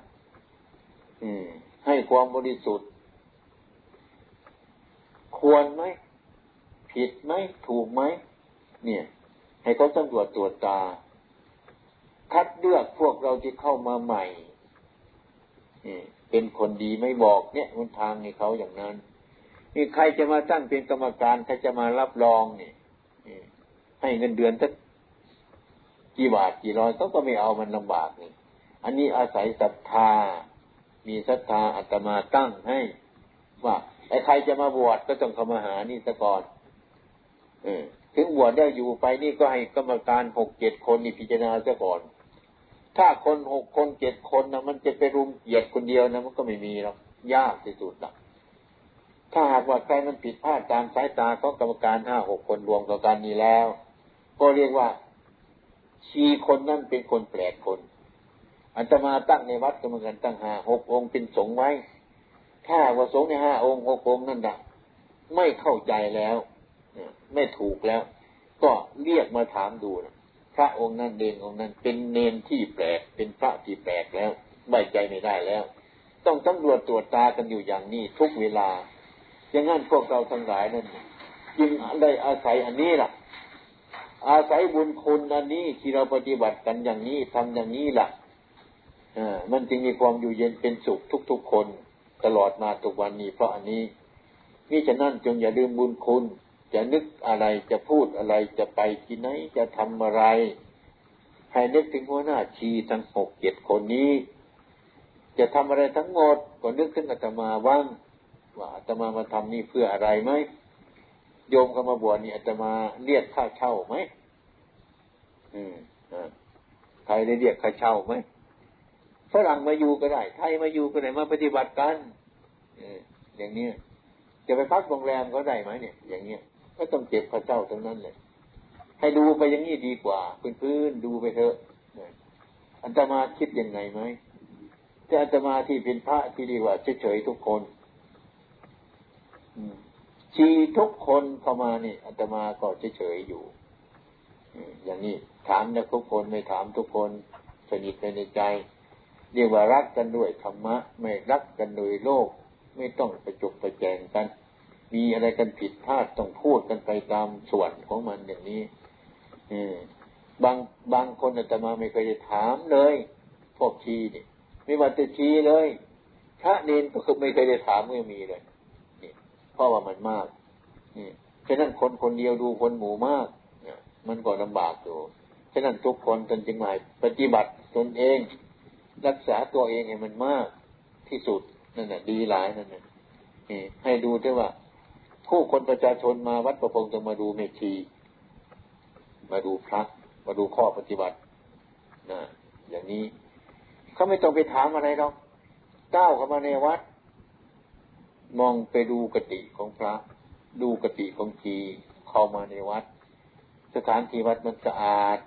ให้ความบริสุทธิ์ควรไหมผิดไหมถูกไหมเนี่ยให้เขาสำรวจตรวจตาคัดเลือกพวกเราที่เข้ามาใหม่เป็นคนดีไม่บอกเนี่ยหนทางให้เขาอย่างนั้นนี่ใครจะมาตั้งเป็นกรรมการใครจะมารับรองนี่ให้เงินเดือนสักกี่บาทกี่ร้อยเขาก็ไม่เอามันลำบากนี่อันนี้อาศัยศรัทธามีศรัทธาอาตมาตั้งให้ว่าไอ้ใครจะมาบวชก็ต้องเข้ามาหานี่ซะก่อนถึงบวชได้อยู่ไปนี่ก็ให้กรรมการ 6-7 คนนี่พิจารณาซะก่อนถ้าคน6 คน7 คนนะมันจะไปรุมเหยียดคนเดียวนะมันก็ไม่มีหรอกยากที่สุดละถ้าหากว่าใครมันผิดพลาดตามสายตาของกรรมการ 5-6 คนรวมกันกันนี้แล้วก็เรียกว่าชีคนนั้นเป็นคนแปลกคนอาตมาตั้งในวัดกรรมการตั้ง5-6 องค์เป็นสงฆ์ไว้ถ้าว่าสงฆ์ใน5 องค์ 6 องค์นั่นน่ะไม่เข้าใจแล้วไม่ถูกแล้วก็เรียกมาถามดูนะพระองค์นั้นเดงองค์นั้นเป็นเนนที่แปลกเป็นพระที่แปลกแล้วไว้ใจไม่ได้แล้วต้องสำรวจตรวจตากันอยู่อย่างนี้ทุกเวลาอย่างนั้นพวกเราทั้งหลายนั้นจึงได้อาศัยอันนี้ล่ะอาศัยบุญคุณอันนี้ที่เราปฏิบัติกันอย่างนี้ทำอย่างนี้ล่ะมันจึงมีความอยู่เย็นเป็นสุขทุกๆคนตลอดมาทุกวันนี้เพราะอันนี้นี่ฉะนั้นจงอย่าลืมบุญคุณจะนึกอะไรจะพูดอะไรจะไปที่ไหนจะทำอะไรให้นึกถึงหัวหน้าชีทั้ง6-7 คนนี้จะทำอะไรทั้งหมดก็นึกถึงอาตมาบ้างว่าอาตมามาทำนี่เพื่ออะไรไหมโยมเข้ามาบวชนี่อาตมาเรียกค่าเช่าไหมใครได้เรียกค่าเช่าไหมฝรั่งมาอยู่ก็ได้ไทยมาอยู่ก็ได้มาปฏิบัติกันอย่างนี้จะไปพักโรงแรมก็ได้ไหมเนี่ยอย่างเงี้ยก็ต้องเก็บค่าเช่าทั้งนั้นเลยให้ดูไปอย่างนี้ดีกว่าพื้นๆดูไปเถอะอาตมาคิดยังไงไหมแต่อาตมาที่เป็นพระที่ดีกว่าเฉยๆทุกคนชีทุกคนเข้ามานี่อาตมาก็เฉยๆอยู่อย่างนี้ถามนะทุกคนไม่ถามทุกคนสนิทในใจเรียกว่ารักกันด้วยธรรมะไม่รักกันโดยโลกไม่ต้องประจบประแจงกันมีอะไรกันผิดพลาดต้องพูดกันไปตามส่วนของมันอย่างนี้บางคนอาตมาไม่เคยถามเลยพวกชีนี่ไม่ว่าจะชีเลยพระเนรก็คือไม่เคยได้ถามไม่มีเลยนี่เพราะว่ามันมากนี่ฉะนั้นคนคนเดียวดูคนหมู่มากมันก็ลำบากอยู่ฉะนั้นทุกคนตนจึงมาปฏิบัติตนเองรักษาตัวเองให้มันมากที่สุดนั่นน่ะดีหลายนั่นน่ะให้ดูด้วยว่าผู้คนประชาชนมาวัดประพงษ์จะมาดูเมธีมาดูพระมาดูข้อปฏิบัตินะอย่างนี้เขาไม่ต้องไปถามอะไรหรอกก้าวเข้ามาในวัดมองไปดูกติของพระดูกติของชีเข้ามาในวัดสถานที่วัดมันสะอาด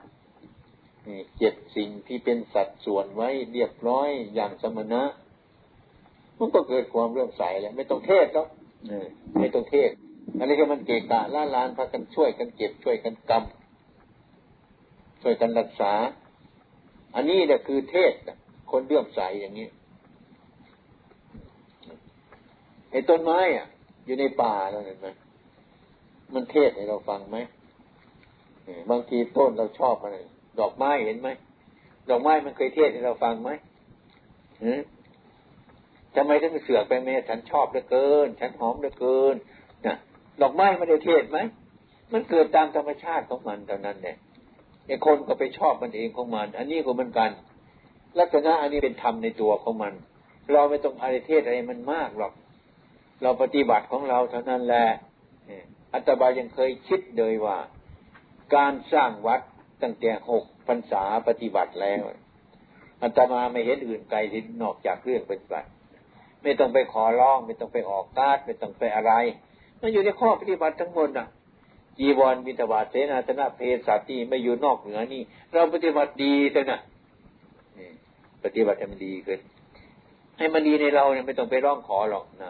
เก็บสิ่งที่เป็นสัดส่วนไว้เรียบร้อยอย่างสมณะมันก็เกิดความเลื่อมใสแล้วไม่ต้องเทศแล้วไม่ต้องเทศอันนี้ก็มันเกะกะล้านพากันช่วยกันเก็บช่วยกันกำช่วยกันรักษาอันนี้เนี่ยคือเทศคนเลื่อมใสอย่างนี้ไอ้ต้นไม้อ่ะอยู่ในป่าแล้วเห็นไหมมันเทศให้เราฟังไหมบางทีต้นเราชอบมันดอกไม้เห็นไหมดอกไม้มันเคยเทศให้เราฟังไหมทำไมถึงเสือกไปเมฉันชอบเหลือเกินฉันหอมเหลือเกินนะดอกไม้มันได้เทศไหมมันเกิดตามธรรมชาติของมันเท่านั้นแหละไอ้คนก็ไปชอบมันเองของมันอันนี้ก็เหมือนกันลักษณะอันนี้เป็นธรรมในตัวของมันเราไม่ต้องอะไรเทศอะไรมันมากหรอกเราปฏิบัติของเราเท่านั้นแหละอาตมายังเคยคิดเลยว่าการสร้างวัดตั้งแต่6 พรรษาปฏิบัติแล้วอาตมาไม่เห็นอื่นไกลที่นอกจากเรื่องปฏิบัติไม่ต้องไปขอร้องไม่ต้องไปออกการ์ดไม่ต้องไปอะไรมันอยู่ในข้อปฏิบัติทั้งหมดน่ะจีวรบิณฑบาตเสนาสนะเพศสัตติไม่อยู่นอกเหนือนี่เราปฏิบัติดีเท่านั้นปฏิบัติให้มันดีขึ้นให้มันดีในเราเนี่ยไม่ต้องไปร้องขอหรอกนะ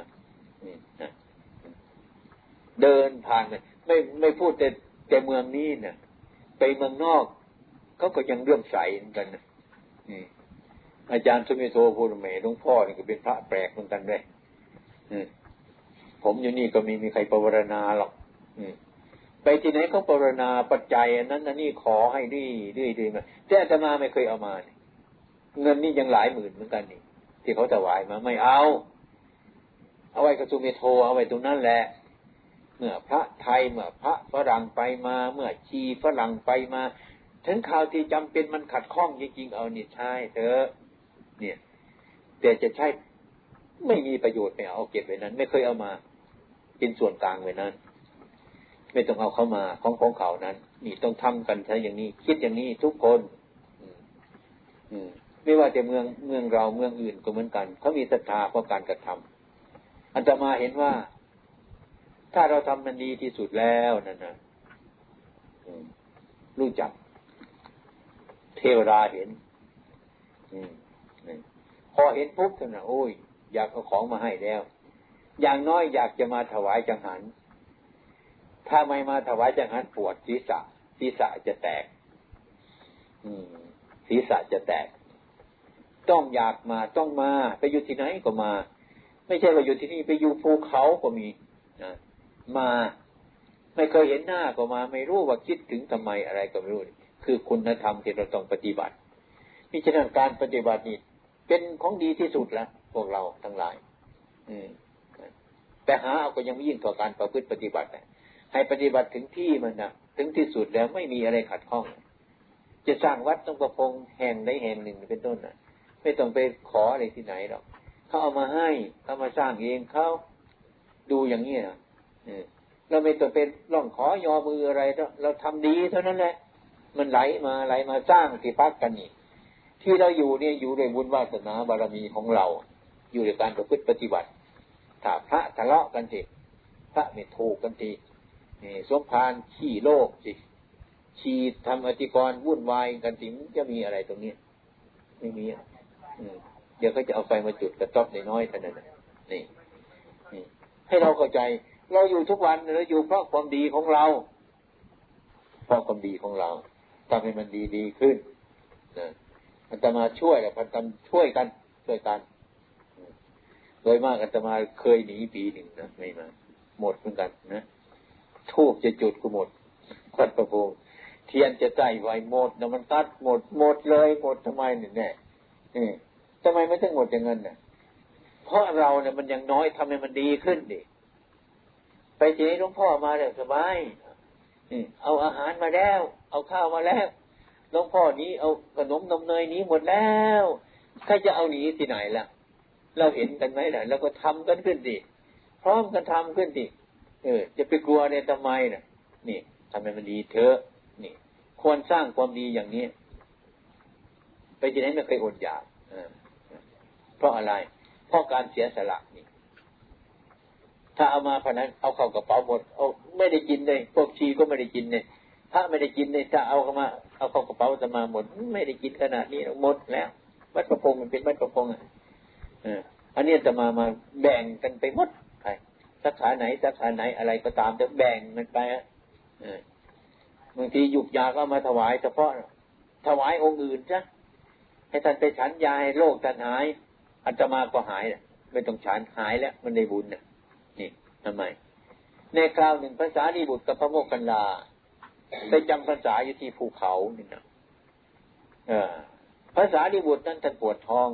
เดินผ่านไม่พูดแต่เมืองนี้เนี่ยไปเมืองนอกเขาก็ยังเลื่อมใสเหมือนกันนะอาจารย์สุมิโทพูดแม่หลวงพ่อนี่ก็เป็นพระแปลกเหมือนกันด้วยผมอยู่นี่ก็มีใครปรารณาหรอกไปที่ไหนเขาปรารณาปัจจัยอันนั้นอันนี้ขอให้ดีมาแต่อาตมาไม่เคยเอามาเงินนี่ยังหลายหมื่นเหมือนกันนี่ที่เขาถวายมาไม่เอาไว้กับสุมิโทเอาไว้ตรงนั้นแหละเมื่อพระไทยเมื่อพระฝรั่งไปมาเมื่อชีฝรั่งไปมาถึงข่าวที่จำเป็นมันขัดข้องจริงๆเอานี่ใช่เถอะเนี่ยแต่จะใช่ไม่มีประโยชน์ไม่เอาเก็บไว้นั้นไม่เคยเอามาเป็นส่วนกลางไว้นั้นไม่ต้องเอาเข้ามาของเขานั้นนี่ต้องทำกันใช่อย่างนี้คิดอย่างนี้ทุกคนไม่ว่าแต่เมืองเราเมืองอื่นก็เหมือนกันเขามีศรัทธาเพราะการกระทำอาตมาเห็นว่าถ้าเราทำมันดีที่สุดแล้วนั่นนะรู้จักเทวดาเห็นพอเห็นปุ๊บท่านน่ะโอ้ยอยากเอาของมาให้แล้วอย่างน้อยอยากจะมาถวายจังหันถ้าไม่มาถวายจังหันปวดศีรษะจะแตกศีรษะจะแตกต้องอยากมาต้องมาไปอยู่ที่ไหนก็มาไม่ใช่ว่าอยู่ที่นี่ไปอยู่ภูเขาก็มีมาไม่เคยเห็นหน้าก็มาไม่รู้ว่าคิดถึงทำไมอะไรก็ไม่รู้คือคุณธรรมที่เราต้องปฏิบัติมิฉะนั้นการปฏิบัตินี่เป็นของดีที่สุดแล้วพวกเราทั้งหลายแต่หาเอาก็ยังไม่ยิ่งกว่าการประพฤติปฏิบัติให้ปฏิบัติถึงที่มันนะถึงที่สุดแล้วไม่มีอะไรขัดข้องจะสร้างวัดต้องประพงแห่งใดแห่งหนึ่งเป็นต้นนะไม่ต้องไปขออะไรที่ไหนหรอกเขาเอามาให้เขามาสร้างเองเขาดูอย่างนี้นะเราไม่ต้องเป็นร้องขอยอมืออะไรเราทำดีเท่านั้นแหละมันไหลมาสร้างที่พักกันนี่ที่เราอยู่เนี่ยอยู่ด้วยบุญวาสนาบารมีของเราอยู่ในการประพฤติปฏิบัติถ้าพระทะเลาะกันสิพระไม่ถูกกันทีสมภารขี้โลกสิชีทำอธิกรณ์วุ่นวายกันสิจะมีอะไรตรงนี้ไม่มีเดี๋ยวเขาจะเอาไฟมาจุดกระต๊อบน้อยๆเท่านั้นนี่ให้เราเข้าใจเราอยู่ทุกวันเราอยู่เพราะความดีของเราเพราะความดีของเราทำให้มันดีขึ้นนะอาตมาช่วยและพันธช่วยกันโดยมากอาตมาเคยหนีปีหนึ่งนะไม่มาหมดเหมือนกันนะทูบจะจุดก็หมดควัดประโพงเทียนจะใส่ไว้หมดนะมันตัดหมดเลยหมดทำไมเนี่ยทำไมไม่ถึงหมดอย่างนั้นเนี่ยเพราะเราเนี่ยมันยังน้อยทำให้มันดีขึ้นดิไปเจอหลวงพ่อมาแล้วสบายเอาอาหารมาแล้วเอาข้าวมาแล้วหลวงพ่อนี้เอาขนมนมเนยนี้หมดแล้วใครจะเอาหนีที่ไหนล่ะเราเห็นกันไหมล่ะเราก็ทำกันขึ้นดิพร้อมกันทำขึ้นดิจะไปกลัวเนี่ยทำไมน่ะนี่ทำให้มันดีเถอะนี่ควรสร้างความดีอย่างนี้ไปที่ไหนไม่เคยอดอยากเพราะอะไรเพราะการเสียสละนี่ถ้าเอามาพนันเอาเข้ากระเป๋าหมดเอาไม่ได้กินเลยพวกชีก็ไม่ได้กินเนี่ยพระไม่ได้กินเลยถ้าเอาเข้ามาเอาเข้ากระเป๋าจะมาหมดไม่ได้กินขนาดนี้หมดแล้ววัดประพงมันเป็นวัดประพงอันนี้จะมาแบ่งกันไปหมดไปสาขาไหนสาขาไหนอะไรก็ตามจะแบ่งมันไปบางทีหยุกยาก็มาถวายเฉพาะถวายองค์อื่นจ้ะให้ท่านไปฉันยาให้โรคท่านหายอาตมาก็หายไม่ต้องฉันหายแล้วมันได้บุญนี่ทำไมในคราวหนึ่งพระสารีบุตรกับพระโมคคัลลาไปจำพรรษาอยู่ที่ภูเขานี่นะพระสารีบุตรนั้นท่านปวดท้อง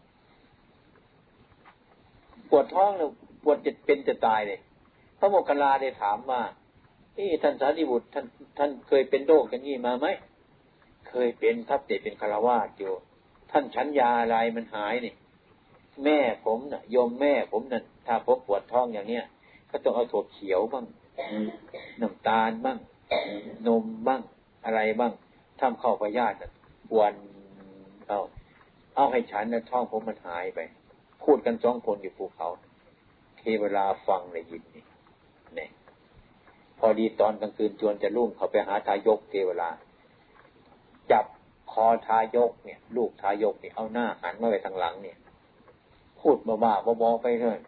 แล้วปวดจะเป็นจะตายเลยพระโมคคัลลาได้ถามว่าท่านสารีบุตรท่านเคยเป็นโรคอย่างนี้มาไหมเคยเป็นครับแต่เป็นฆราวาสอยู่ท่านฉันยาอะไรมันหายนี่แม่ผมน่ะโยมแม่ผมนั่นถ้าผมปวดท้องอย่างเนี้ยก็ต้องเอาถั่วเขียวบ้างน้ำตาลบ้างนมบ้างอะไรบ้างทำข้าวพยาธิกวนเอาให้ฉันนะท้องผมมันหายไปพูดกันสองคนอยู่ภูเขาเทวดาฟังเลยยินนี่พอดีตอนกลางคืนจวนจะรุ่งเขาไปหาทายกเทวดาจับคอทายกเนี่ยลูกทายกเนี่ยเอาหน้าหันมาไปทางหลังเนี่ยพูดบ้าๆบอๆไปเลย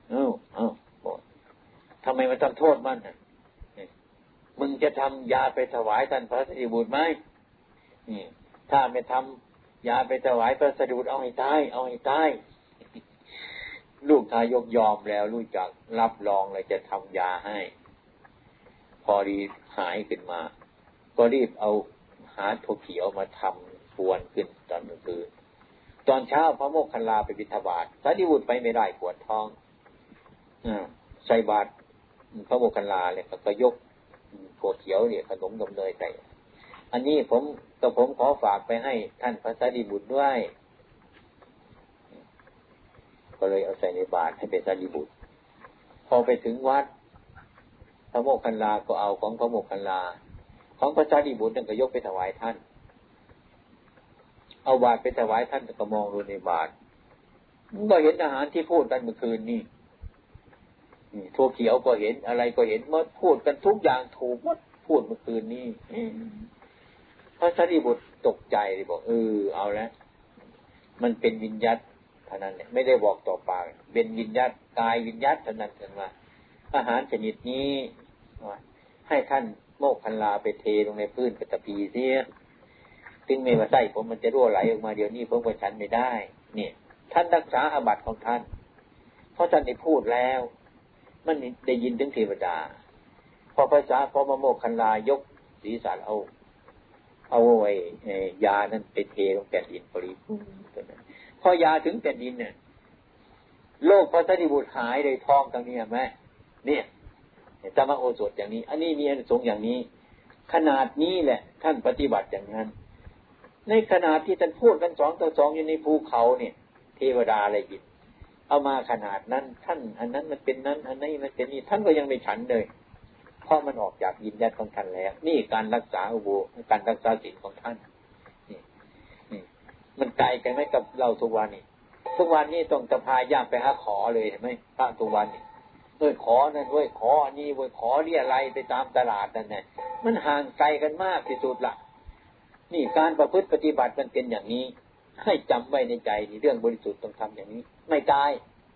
ทำไมมาทำโทษมันมึงจะทำยาไปถวายท่านพระสารีบุตรไหมถ้าไม่ทำยาไปถวายพระสารีบุตรเอาให้ตายลูกทายกยอมแล้วรู้จักรับรองเลยจะทำยาให้พอดีหายขึ้นมาก็รีบเอาหาถั่วเขียวมาทำปวนขึ้นตอนกลางคืนตอนเช้าพระโมคคัลลาไปบิณฑบาตสารีบุตรไปไม่ได้ปวดท้องใส่บาตรพระโมคคัลลาเลยก็ยกถั่วเขียวเนี่ยขนมนมเนยใส่อันนี้ผมขอฝากไปให้ท่านพระสารีบุตรด้วยก็เลยเอาใส่ในบาตรให้เป็นสารีบุตรพอไปถึงวัดพระโมคคัลลาก็เอาของพระโมคคัลลาของพระสารีบุตรนั่นก็ยกไปถวายท่านเอาบาตรไปถวายท่านก็มองดูในบาตรก็เห็นอาหารที่พูดกันเมื่อคืนนี่ถั่วเขียวก็เห็นอะไรก็เห็นหมดพูดกันทุกอย่างถูกหมดพูดเมื่อคืนนี้พระสารีบุตรตกใจเลยบอกเอาแล้วมันเป็นวิญญัตเท่านั้นเนี่ยไม่ได้บอกต่อปากเป็นวิญญัตกายวิญญัตเท่านั้นกันว่าอาหารชนิดนี้ให้ท่านโมคคัลลาไปเทลงในพื้นปฐพีเสียถึงไม่ว่าไส้ผมมันจะรั่วไหลออกมาเดี๋ยวนี้ผมก็ฉันไม่ได้เนี่ยท่านรักษาอาบัติของท่านเพราะท่านได้พูดแล้วมันได้ยินถึงเทวดาพอพระโมคคัลลายกศีรษะเอาไว้ยานั้นไปเทลงแผ่นดินพอดีพอยาถึงแผ่นดินเนี่ยโลกพระสารีบุตรหายเลยท้องตรงนี้ไหมเนี่ยธรรมโอสถอย่างนี้อันนี้มีอานิสงส์อย่างนี้ขนาดนี้แหละท่านปฏิบัติอย่างนั้นในขนาดที่ท่านพูดกัน2 ต่อ 2อยู่ในภูเขาเนี่ยเทวดาอะไรยินเอามาขนาดนั้นท่านอันนั้นมันเป็นนั้นอันนี้มันเป็นนี่ท่านก็ยังไม่ฉันเลยเพราะมันออกจากยินยัดของท่านแล้วนี่การรักษาอุโบสถการรักษาศีลของท่านนี่มันไกลกันไหมกับเราทุกวันนี้ต้องจะพาย่างไปหาขอเลยเห็นไหมพระทุกวันนี้ขอนั่นขออันนี้ขอเรียอะไรไปตามตลาดนั่นแหละมันห่างไกลกันมากที่สุดละนี่การประพฤติปฏิบัติมันเป็นอย่างนี้ให้จำไว้ในใจนี่เรื่องบริสุทธิ์ต้องทำอย่างนี้ไม่ตาย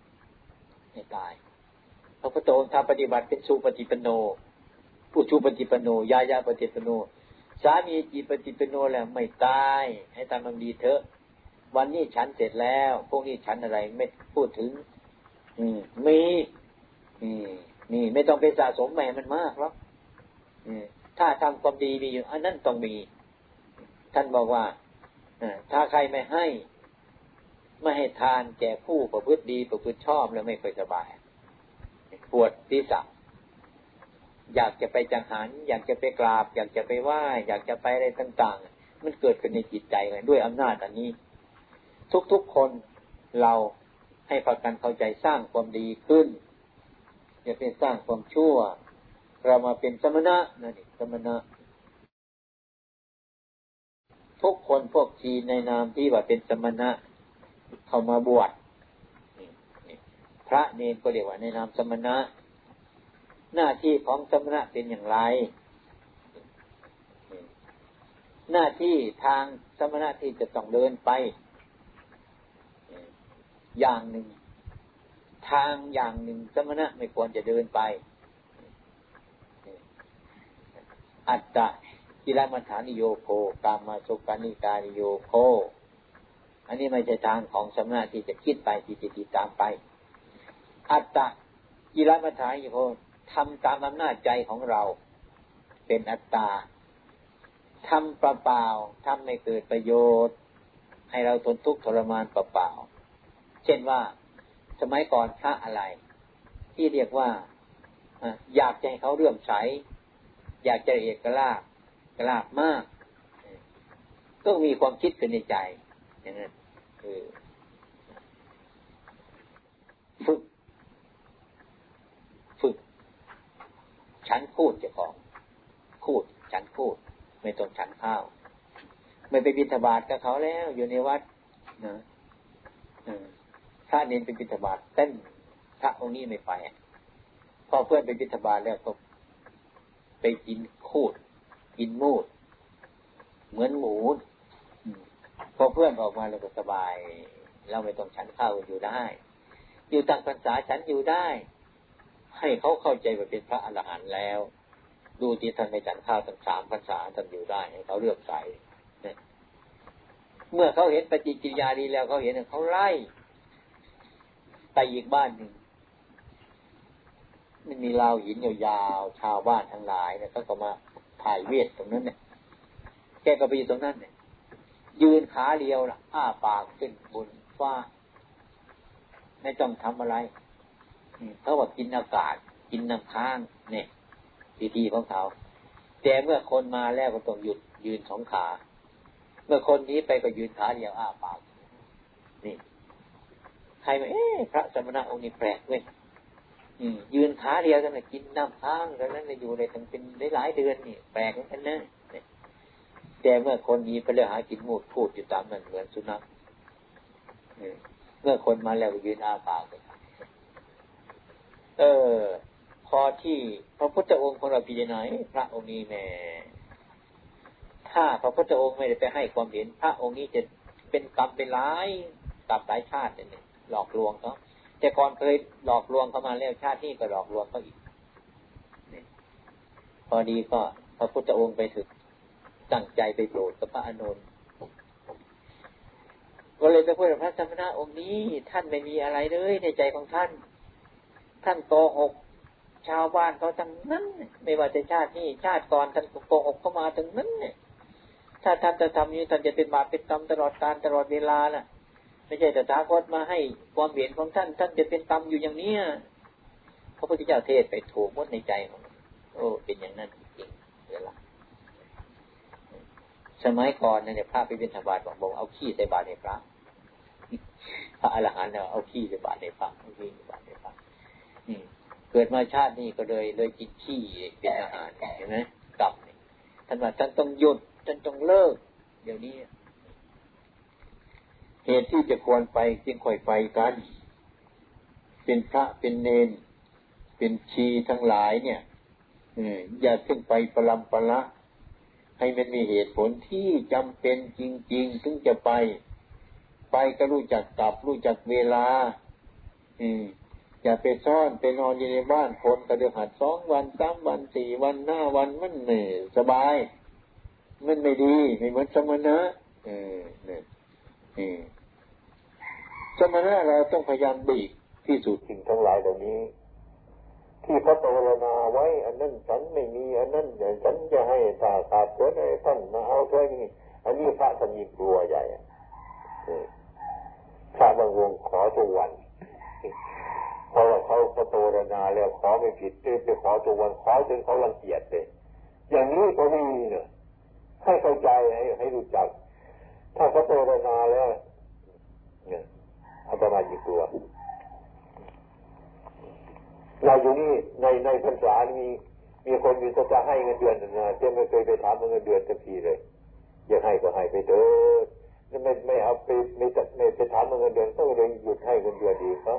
พระพุทธองค์ทำปฏิบัติเป็นสุปฏิปันโนผู้สุปฏิปันโนยายาปฏิปันโนสามีจิปฏิปันโนแล้วไม่ตายให้ทำมันดีเถอะวันนี้ฉันเสร็จแล้วพวกนี้ฉันอะไรไม่พูดถึงมีไม่ต้องไปสะสมแม่มันมากหรอกถ้าทำความดีมีอยู่อันนั้นต้องมีท่านบอกว่าถ้าใครไม่ให้ทานแก่ผู้ประพฤติดีประพฤติชอบแล้วไม่ค่อยสบายปวดศีรษะอยากจะไปจังหันอยากจะไปกราบอยากจะไปไหว้อยากจะไปอะไรต่างๆมันเกิดขึ้นในจิตใจเลยด้วยอำนาจอันนี้ทุกๆคนเราให้พากันเข้าใจสร้างความดีขึ้นอย่าไปสร้างความชั่วเรามาเป็นสมณะนั่นเองสมณะทุกคนพวกจีนในนามที่ว่าเป็นสมณะเข้ามาบวชพระเนรก็เรียกว่าในนามสมณะหน้าที่ของสมณะเป็นอย่างไรหน้าที่ทางสมณะที่จะต้องเดินไปอย่างหนึ่งทางอย่างหนึ่งสมณะไม่ควรจะเดินไปอัตตะกิลมัฏฐานิโยโคกามมาสุขานิกานิโยโคอันนี้ไม่ใช่ทางของสมณะที่จะคิดไปที่ติดตามไปอัตตะกิลมัฏฐานิโยโคทำตามอำนาจใจของเราเป็นอัตตาทำเปล่าๆทำไม่เกิดประโยชน์ให้เราทนทุกข์ทรมานเปล่าๆเช่นว่าสมัยก่อนพระอะไรที่เรียกว่าอยากจะให้เขาเลื่อมใสอยากจะเอกลาภมากก็มีความคิดขึ้นในใจอย่างนั้นฝึกฉันพูดเจ้าของพูดฉันพูดไม่ต้องฉันข้าวไม่ไปบิณฑบาตกับเขาแล้วอยู่ในวัดนะถ้าเน้นไปบิณฑบาตเต้นพระองค์นี้ไม่ไปพอเพื่อนไปบิณฑบาตแล้วก็ไปกินคูดกินมูดเหมือนหมูพอเพื่อนออกมาเราก็สบายเราไม่ต้องฉันข้าวอยู่ได้อยู่ตั้งพรรษาฉันอยู่ได้ให้เขาเข้าใจว่าเป็นพระอรหันต์แล้วดูที่ท่านไม่ฉันข้าวตั้ง3 พรรษาท่านอยู่ได้ให้เขาเลือกใส่เมื่อเขาเห็นปฏิกิริยาดีแล้วเขาเห็นเขาไล่ไปอีกบ้านหนึ่งมันมีราวหินยาวๆชาวบ้านทั้งหลายเนี่ยเขาก็มาถ่ายเวทตรงนั้นเนี่ยแกก็ไปอยู่ตรงนั้นเนี่ยยืนขาเดียวนะอ้าปากขึ้นบนฟ้าไม่ต้องทำอะไรเขาบอกกินอากาศกินน้ำค้างเนี่ยวิธีของเขาแต่เมื่อคนมาแล้วก็ต้องหยุดยืน2 ขาเมื่อคนนี้ไปก็ยืนขาเดียวอ้าปากนี่ใครมาพระสมณะองค์นี้แปลกเว้ยยืนขาเดียวกันกินน้ำค้างแล้วนั้นอยู่ในทั้งเป็นหลายเดือนนี่แปลกเหมือนกันนะแต่เมื่อคนนี้ไปเลือกหากินมูดพูดอยู่ตามนั้นเหมือนสุนัขเมื่อคนมาแล้วก็ยืนอ้าปากเลยพอที่พระพุทธองค์ของเราพิจารณาพระองค์นี้แม่ถ้าพระพุทธองค์ไม่ได้ไปให้ความเห็นพระองค์นี้จะเป็นกรรมเป็นร้ายกับหลายชาติเนี่ยหลอกลวงเขาแต่ก่อนเคยหลอกลวงเขามาแล้วชาตินี้ก็หลอกลวงเขาอีกพอดีก็พระพุทธองค์ไปถึงตั้งใจไปโปรดกับพระอานนท์ก็เลยไปพูดกับพระสมณะองค์นี้ท่านไม่มีอะไรเลยในใจของท่านโกหกชาวบ้านเขาทั้งนั้นไม่ว่าจะชาตินี้ชาติก่อนท่านโกหกเข้ามาถึงนั้นเนี่ยถ้าท่านจะทำนี้ท่านจะเป็นบาปเป็นกรรมตลอดกาลตลอดเวลาน่ะไม่ใช่แต่ตถาคตมาให้ความเห็นของท่านจะเป็นกรรมอยู่อย่างนี้พระพุทธเจ้าเทศไปถูกหมดในใจของเป็นอย่างนั้นจริงเวลาสมัยก่อนเนี่ยพระไปบิณฑบาตบอกเอาขี้ใส่บาตรให้พระอรหันต์เอาขี้ใส่บาตรให้พระเอาขี้ใส่บาตรให้พระเกิดมาชาตินี้ก็เลยกินขี้เป็นอาหารเห็นไหมกรรมนี่ท่านว่าท่านต้องหยุดท่านต้องเลิกเดี๋ยวนี้เหตุที่จะควรไปจึงค่อยไปกันเป็นพระเป็นเณรเป็นชีทั้งหลายเนี่ยอย่าเพิ่งไปประลำประละให้มันมีเหตุผลที่จำเป็นจริงๆถึงจะไปก็รู้จักกลับรู้จักเวลาอย่าไปซ่อนไปนอนอยู่ในบ้านคนกระเดือกหัด2 วัน 3 วัน 4 วัน 5 วันมันสบายมันไม่ดีไม่เหมือนสมณะสมณะเราต้องพยายามบีบที่สุดสิ่งทั้งหลายเหล่านี้ที่พระภาวนาไว้อันนั้นฉันไม่มีอันนั้นฉันจะให้ถ้าขาดตัวไหนท่านมาเอาตัวนี้อันนี้พระท่านมีกลัวใหญ่พระบางองค์ขอทุกวันเพราะว่าเขาภาวนาแล้วขอไม่ผิดไปขอทุกวันขอจนเขารังเกียจเลยอย่างนี้ก็ไม่มีเนี่ยให้เข้าใจให้รู้จักถ้าพระภาวนาแล้วเนี่ยอาตมาอยู่ตัวเราอยู่นี่ในพรรษามีคนมีสัจจะให้เงินเดือนนะเจ้าไม่เคยไปถามเงินเดือนสักทีเลยอยากให้ก็ให้ไปเถิดไม่เอาไปไม่ถามเงินเดือนต้องเลยหยุดให้เงินเดือนดีเขา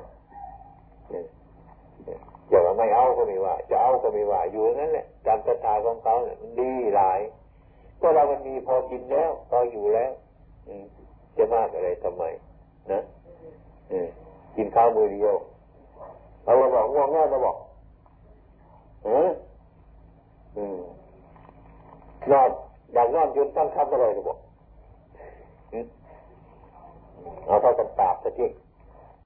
อย่าว่าไม่เอาก็ไม่ว่าจะเอาก็ไม่ว่าอยู่นั่นแหละตามศรัทธาของเขาเนี่ยมันดีหลายก็เรามันมีพอกินแล้วพออยู่แล้วจะมากอะไรทำไมนะกินข้าวมื้อเดียวเราบอกง่วงง่ายเราบอกนอนอย่างนอนยืนตั้งคำอะไรเราบอกเอาเท่ากันปากสักที